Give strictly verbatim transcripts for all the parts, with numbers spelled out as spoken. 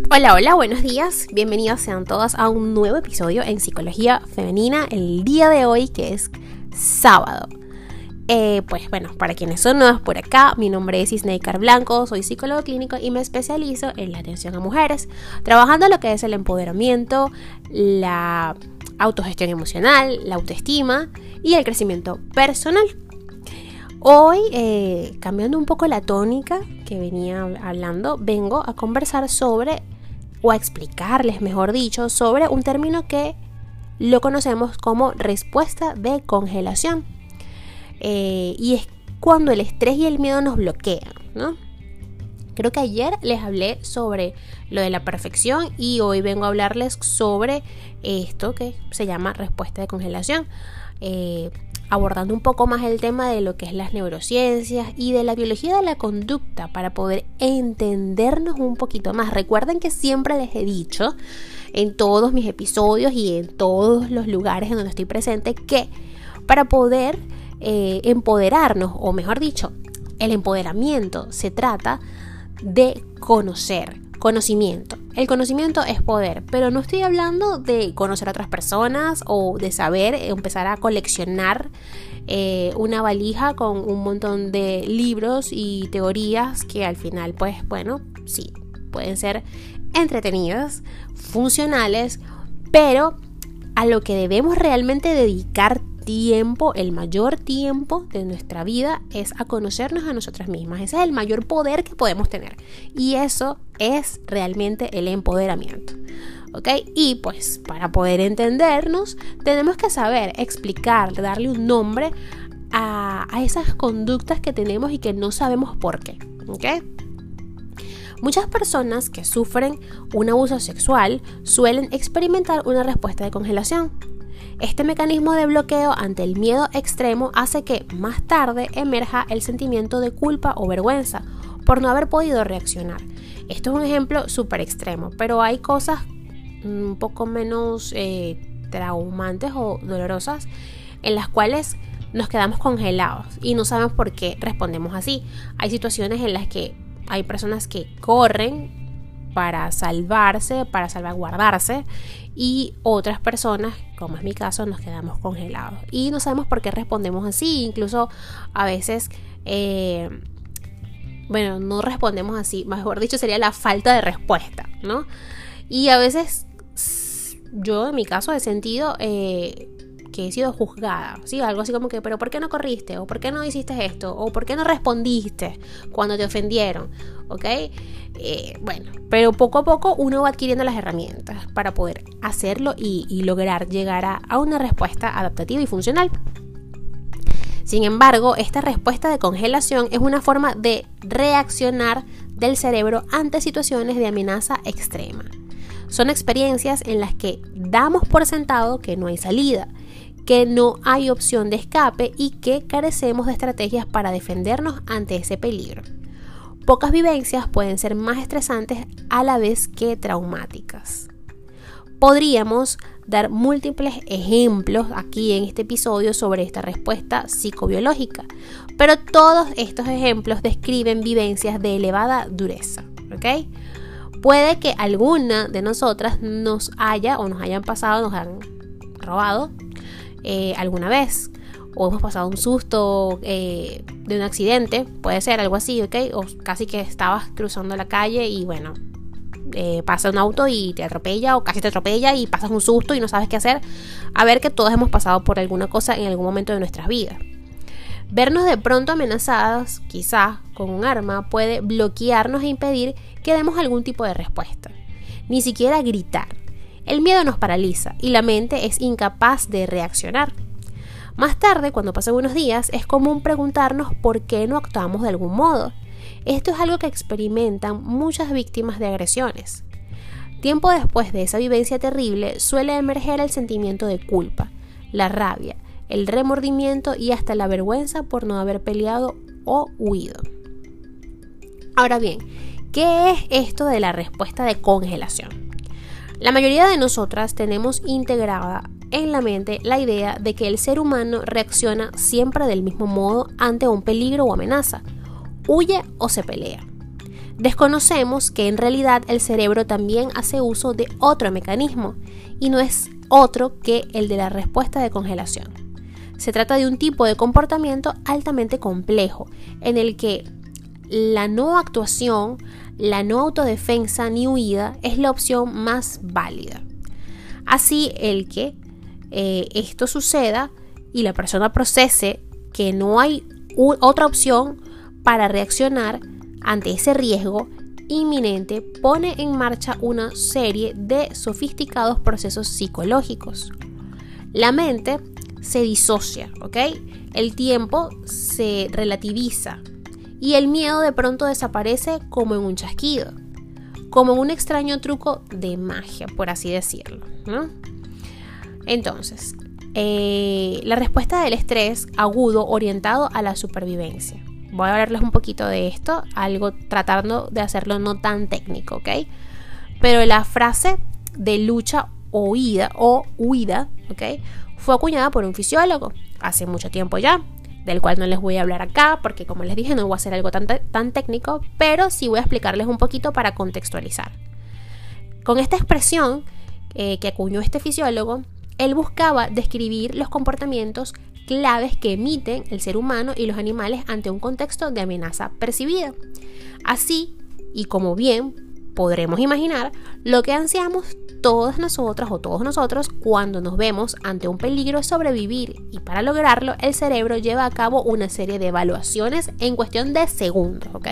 Hola, hola, buenos días. Bienvenidos sean todos a un nuevo episodio en Psicología Femenina el día de hoy, que es sábado. Eh, pues bueno, para quienes son nuevos por acá, mi nombre es Isneikar Blanco, soy psicólogo clínico y me especializo en la atención a mujeres, trabajando lo que es el empoderamiento, la autogestión emocional, la autoestima y el crecimiento personal. Hoy, eh, cambiando un poco la tónica que venía hablando, vengo a conversar sobre, o a explicarles, mejor dicho, sobre un término que lo conocemos como respuesta de congelación. Eh, y es cuando el estrés y el miedo nos bloquean, ¿no? Creo que ayer les hablé sobre lo de la perfección y hoy vengo a hablarles sobre esto que se llama respuesta de congelación. Eh, abordando un poco más el tema de lo que es las neurociencias y de la biología de la conducta para poder entendernos un poquito más. Recuerden que siempre les he dicho en todos mis episodios y en todos los lugares en donde estoy presente que para poder eh, empoderarnos, o mejor dicho, el empoderamiento se trata de conocer. Conocimiento. El conocimiento es poder, pero no estoy hablando de conocer a otras personas o de saber, empezar a coleccionar eh, una valija con un montón de libros y teorías que al final, pues bueno, sí, pueden ser entretenidas, funcionales, pero a lo que debemos realmente dedicar tiempo, el mayor tiempo de nuestra vida es a conocernos a nosotras mismas. Ese es el mayor poder que podemos tener y eso es realmente el empoderamiento, ¿ok? Y pues para poder entendernos tenemos que saber explicar, darle un nombre a, a esas conductas que tenemos y que no sabemos por qué, ¿ok? Muchas personas que sufren un abuso sexual suelen experimentar una respuesta de congelación. Este mecanismo de bloqueo ante el miedo extremo hace que más tarde emerja el sentimiento de culpa o vergüenza por no haber podido reaccionar. Esto es un ejemplo súper extremo, pero hay cosas un poco menos eh, traumantes o dolorosas en las cuales nos quedamos congelados y no sabemos por qué respondemos así. Hay situaciones en las que hay personas que corren para salvarse, para salvaguardarse, y otras personas, como es mi caso, nos quedamos congelados y no sabemos por qué respondemos así. Incluso a veces eh, bueno, no respondemos así, mejor dicho sería la falta de respuesta, ¿no? Y a veces yo en mi caso he sentido eh, que he sido juzgada, ¿sí? Algo así como que, pero ¿por qué no corriste? ¿O por qué no hiciste esto? ¿O por qué no respondiste cuando te ofendieron? ¿Ok? Eh, bueno, pero poco a poco uno va adquiriendo las herramientas para poder hacerlo y, y lograr llegar a, a una respuesta adaptativa y funcional. Sin embargo, esta respuesta de congelación es una forma de reaccionar del cerebro ante situaciones de amenaza extrema. Son experiencias en las que damos por sentado que no hay salida, que no hay opción de escape y que carecemos de estrategias para defendernos ante ese peligro. Pocas vivencias pueden ser más estresantes a la vez que traumáticas. Podríamos dar múltiples ejemplos aquí en este episodio sobre esta respuesta psicobiológica, pero todos estos ejemplos describen vivencias de elevada dureza, ¿ok? Puede que alguna de nosotras nos haya o nos hayan pasado, nos han robado eh, alguna vez, o hemos pasado un susto eh, de un accidente, puede ser algo así, ¿ok? O casi que estabas cruzando la calle y bueno, eh, pasa un auto y te atropella o casi te atropella y pasas un susto y no sabes qué hacer. A ver, que todos hemos pasado por alguna cosa en algún momento de nuestras vidas. Vernos de pronto amenazadas, quizás con un arma, puede bloquearnos e impedir que demos algún tipo de respuesta. Ni siquiera gritar. El miedo nos paraliza y la mente es incapaz de reaccionar. Más tarde, cuando pasan unos días, es común preguntarnos por qué no actuamos de algún modo. Esto es algo que experimentan muchas víctimas de agresiones. Tiempo después de esa vivencia terrible, suele emerger el sentimiento de culpa, la rabia, el remordimiento y hasta la vergüenza por no haber peleado o huido. Ahora bien, ¿qué es esto de la respuesta de congelación? La mayoría de nosotras tenemos integrada en la mente la idea de que el ser humano reacciona siempre del mismo modo ante un peligro o amenaza, huye o se pelea. desconocemos que en realidad el cerebro también hace uso de otro mecanismo y no es otro que el de la respuesta de congelación. Se trata de un tipo de comportamiento altamente complejo en el que la no actuación, la no autodefensa ni huida es la opción más válida. Así, el que eh, esto suceda y la persona procese que no hay u- otra opción para reaccionar ante ese riesgo inminente, pone en marcha una serie de sofisticados procesos psicológicos. La mente se disocia, ¿ok? El tiempo se relativiza y el miedo de pronto desaparece como en un chasquido, como en un extraño truco de magia, por así decirlo, ¿no? Entonces, eh, la respuesta del estrés agudo orientado a la supervivencia. Voy a hablarles un poquito de esto, algo tratando de hacerlo no tan técnico, ¿ok? Pero la frase de lucha o huida, o huida, ¿ok?, fue acuñada por un fisiólogo hace mucho tiempo ya, del cual no les voy a hablar acá porque, como les dije, no voy a hacer algo tan, tan técnico, pero sí voy a explicarles un poquito para contextualizar. Con esta expresión eh, que acuñó este fisiólogo, él buscaba describir los comportamientos claves que emiten el ser humano y los animales ante un contexto de amenaza percibida. Así, y como bien podremos imaginar, lo que ansiamos todas nosotras o todos nosotros cuando nos vemos ante un peligro es sobrevivir, y para lograrlo el cerebro lleva a cabo una serie de evaluaciones en cuestión de segundos, ¿ok?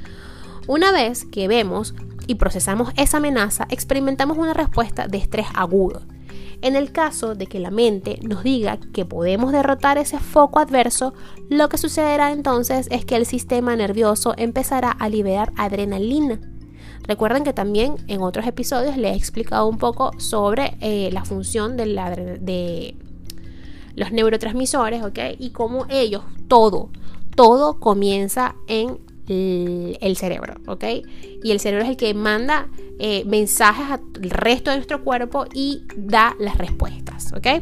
Una vez que vemos y procesamos esa amenaza, experimentamos una respuesta de estrés agudo. En el caso de que la mente nos diga que podemos derrotar ese foco adverso, lo que sucederá entonces es que el sistema nervioso empezará a liberar adrenalina. Recuerden que también en otros episodios les he explicado un poco sobre eh, la función de, la, de los neurotransmisores, ¿ok? Y cómo ellos, todo, todo comienza en el, el cerebro, ¿ok? Y el cerebro es el que manda eh, mensajes al resto de nuestro cuerpo y da las respuestas, ¿ok?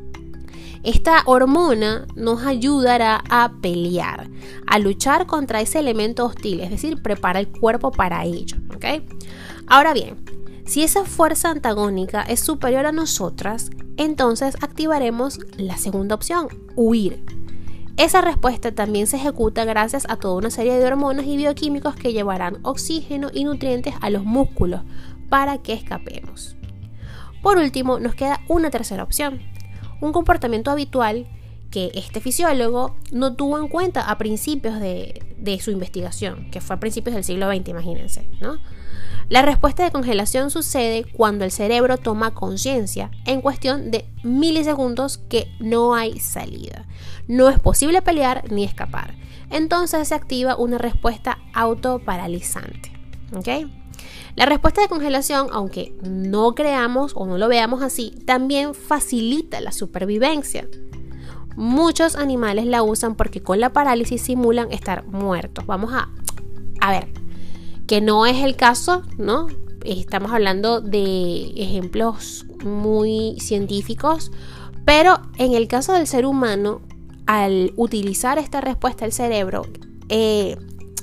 Esta hormona nos ayudará a pelear, a luchar contra ese elemento hostil, es decir, prepara el cuerpo para ello, ¿ok? Ahora bien, si esa fuerza antagónica es superior a nosotras, entonces activaremos la segunda opción, huir. Esa respuesta también se ejecuta gracias a toda una serie de hormonas y bioquímicos que llevarán oxígeno y nutrientes a los músculos para que escapemos. Por último, nos queda una tercera opción, un comportamiento habitual que este fisiólogo no tuvo en cuenta a principios de, de su investigación, que fue a principios del siglo veinte, imagínense, ¿no? La respuesta de congelación sucede cuando el cerebro toma conciencia en cuestión de milisegundos que no hay salida. No es posible pelear ni escapar. Entonces se activa una respuesta autoparalizante, ¿ok? La respuesta de congelación, aunque no creamos o no lo veamos así, también facilita la supervivencia. Muchos animales la usan porque con la parálisis simulan estar muertos. Vamos a, a ver, que no es el caso, ¿no? Estamos hablando de ejemplos muy científicos, pero en el caso del ser humano, al utilizar esta respuesta del cerebro, eh,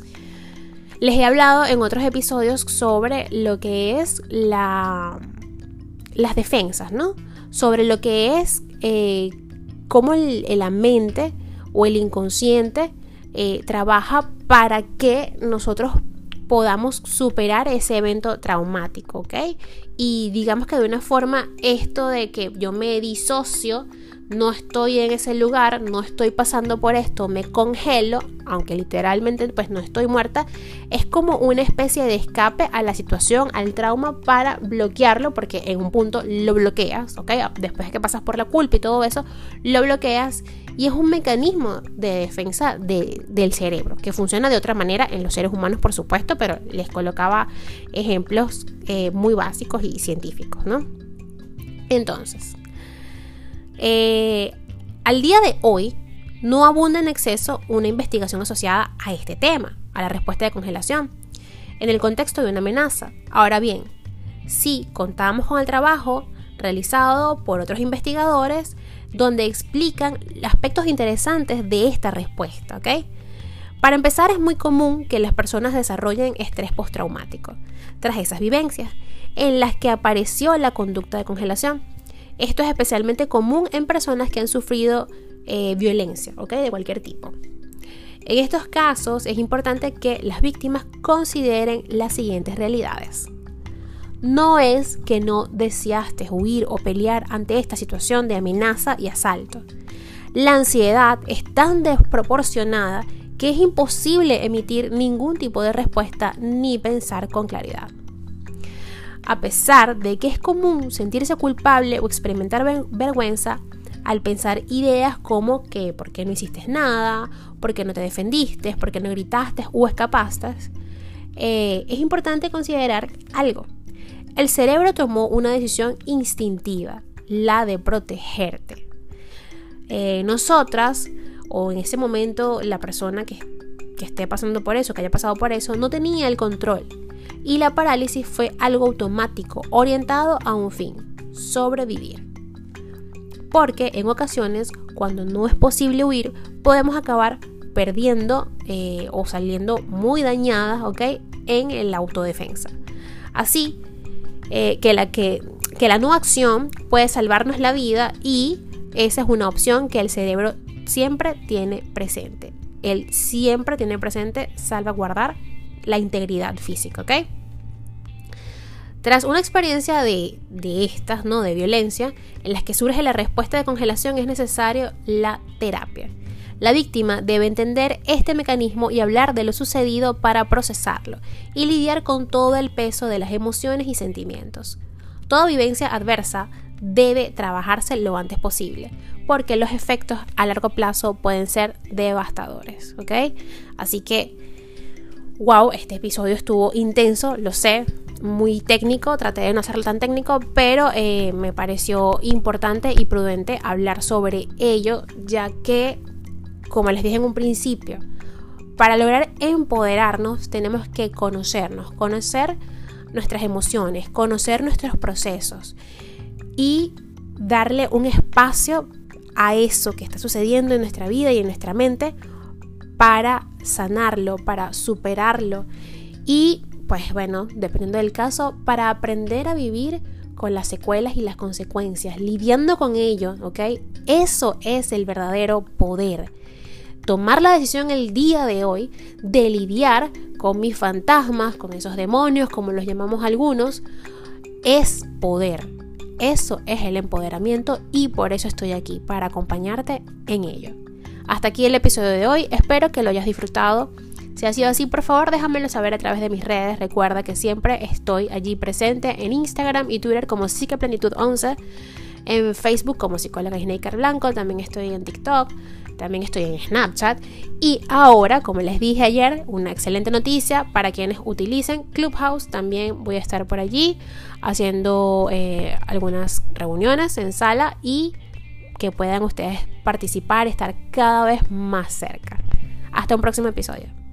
les he hablado en otros episodios sobre lo que es la, las defensas, ¿no? Sobre lo que es eh, cómo el, la mente o el inconsciente eh, trabaja para que nosotros podamos superar ese evento traumático, ¿ok? Y digamos que de una forma esto de que yo me disocio, no estoy en ese lugar, no estoy pasando por esto, me congelo, aunque literalmente pues no estoy muerta, es como una especie de escape a la situación, al trauma, para bloquearlo, porque en un punto lo bloqueas, ¿ok? Después de que pasas por la culpa y todo eso, lo bloqueas y es un mecanismo de defensa de, del cerebro, que funciona de otra manera en los seres humanos, por supuesto, pero les colocaba ejemplos eh, muy básicos y científicos, ¿no? Entonces, Eh, al día de hoy no abunda en exceso una investigación asociada a este tema, a la respuesta de congelación, en el contexto de una amenaza. Ahora bien, sí contamos con el trabajo realizado por otros investigadores donde explican aspectos interesantes de esta respuesta, ¿ok? Para empezar, es muy común que las personas desarrollen estrés postraumático tras esas vivencias en las que apareció la conducta de congelación. Esto es especialmente común en personas que han sufrido eh, violencia, ¿ok? De cualquier tipo. En estos casos es importante que las víctimas consideren las siguientes realidades. No es que no deseaste huir o pelear ante esta situación de amenaza y asalto. La ansiedad es tan desproporcionada que es imposible emitir ningún tipo de respuesta ni pensar con claridad. A pesar de que es común sentirse culpable o experimentar ver- vergüenza al pensar ideas como que ¿por qué no hiciste nada? ¿Por qué no te defendiste? ¿Por qué no gritaste o escapaste? Eh, es importante considerar algo. El cerebro tomó una decisión instintiva, la de protegerte. Eh, nosotras, o en ese momento la persona que, que esté pasando por eso, que haya pasado por eso, no tenía el control. Y la parálisis fue algo automático, orientado a un fin, sobrevivir. Porque en ocasiones, cuando no es posible huir, podemos acabar perdiendo eh, o saliendo muy dañadas, ¿ok? En la autodefensa. Así eh, que, la, que, que la no acción puede salvarnos la vida, y esa es una opción que el cerebro siempre tiene presente. Él siempre tiene presente salvaguardar la integridad física, ¿ok? Tras una experiencia de, de estas, ¿no? De violencia, en las que surge la respuesta de congelación, es necesario la terapia. La víctima debe entender este mecanismo y hablar de lo sucedido para procesarlo y lidiar con todo el peso de las emociones y sentimientos. Toda vivencia adversa debe trabajarse lo antes posible, porque los efectos a largo plazo pueden ser devastadores, ¿ok? Así que, wow, este episodio estuvo intenso, lo sé, muy técnico, traté de no hacerlo tan técnico, pero eh, me pareció importante y prudente hablar sobre ello, ya que, como les dije en un principio, para lograr empoderarnos tenemos que conocernos, conocer nuestras emociones, conocer nuestros procesos y darle un espacio a eso que está sucediendo en nuestra vida y en nuestra mente para sanarlo, para superarlo y, pues bueno, dependiendo del caso, para aprender a vivir con las secuelas y las consecuencias, lidiando con ello, ¿ok? Eso es el verdadero poder. Tomar la decisión el día de hoy de lidiar con mis fantasmas, con esos demonios, como los llamamos algunos, es poder. Eso es el empoderamiento y por eso estoy aquí, para acompañarte en ello. Hasta aquí el episodio de hoy, espero que lo hayas disfrutado. Si ha sido así, por favor, déjamelo saber a través de mis redes. Recuerda que siempre estoy allí presente en Instagram y Twitter como Psiqueplenitud once, en Facebook como Psicóloga Snaker Blanco, también estoy en TikTok, también estoy en Snapchat y ahora, como les dije ayer, una excelente noticia para quienes utilicen Clubhouse. También voy a estar por allí haciendo eh, algunas reuniones en sala y que puedan ustedes participar, estar cada vez más cerca. Hasta un próximo episodio.